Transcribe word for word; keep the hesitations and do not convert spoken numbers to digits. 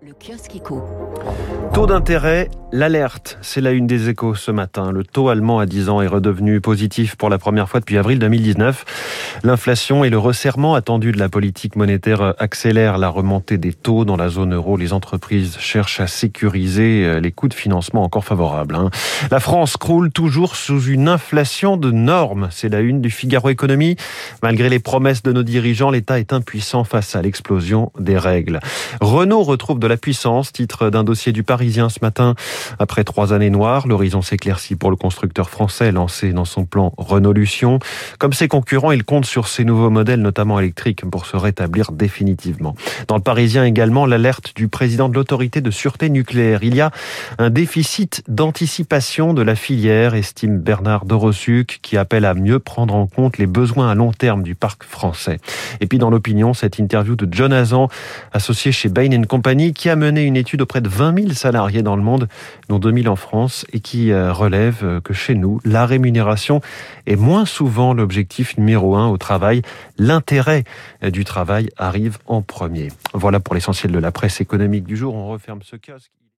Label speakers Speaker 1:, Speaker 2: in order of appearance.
Speaker 1: Le kiosque éco.
Speaker 2: Taux d'intérêt, l'alerte, c'est la une des Échos ce matin. Le taux allemand à dix ans est redevenu positif pour la première fois depuis avril deux mille dix-neuf. L'inflation et le resserrement attendu de la politique monétaire accélèrent la remontée des taux dans la zone euro. Les entreprises cherchent à sécuriser les coûts de financement encore favorables. La France croule toujours sous une inflation de normes. C'est la une du Figaro Économie. Malgré les promesses de nos dirigeants, l'État est impuissant face à l'explosion des règles. Renault retrouve de la puissance, titre d'un dossier du Parisien ce matin. Après trois années noires, l'horizon s'éclaircit pour le constructeur français lancé dans son plan Renaulution. Comme ses concurrents, il compte sur ses nouveaux modèles, notamment électriques, pour se rétablir définitivement. Dans le Parisien également, l'alerte du président de l'autorité de sûreté nucléaire. Il y a un déficit d'anticipation de la filière, estime Bernard Dorossuc, qui appelle à mieux prendre en compte les besoins à long terme du parc français. Et puis dans l'opinion, cette interview de John Hazan, associé chez Bain and Company, qui a mené une étude auprès de vingt mille salariés dans le monde, dont deux mille en France, et qui relève que chez nous, la rémunération est moins souvent l'objectif numéro un au travail. L'intérêt du travail arrive en premier. Voilà pour l'essentiel de la presse économique du jour. On referme ce kiosque.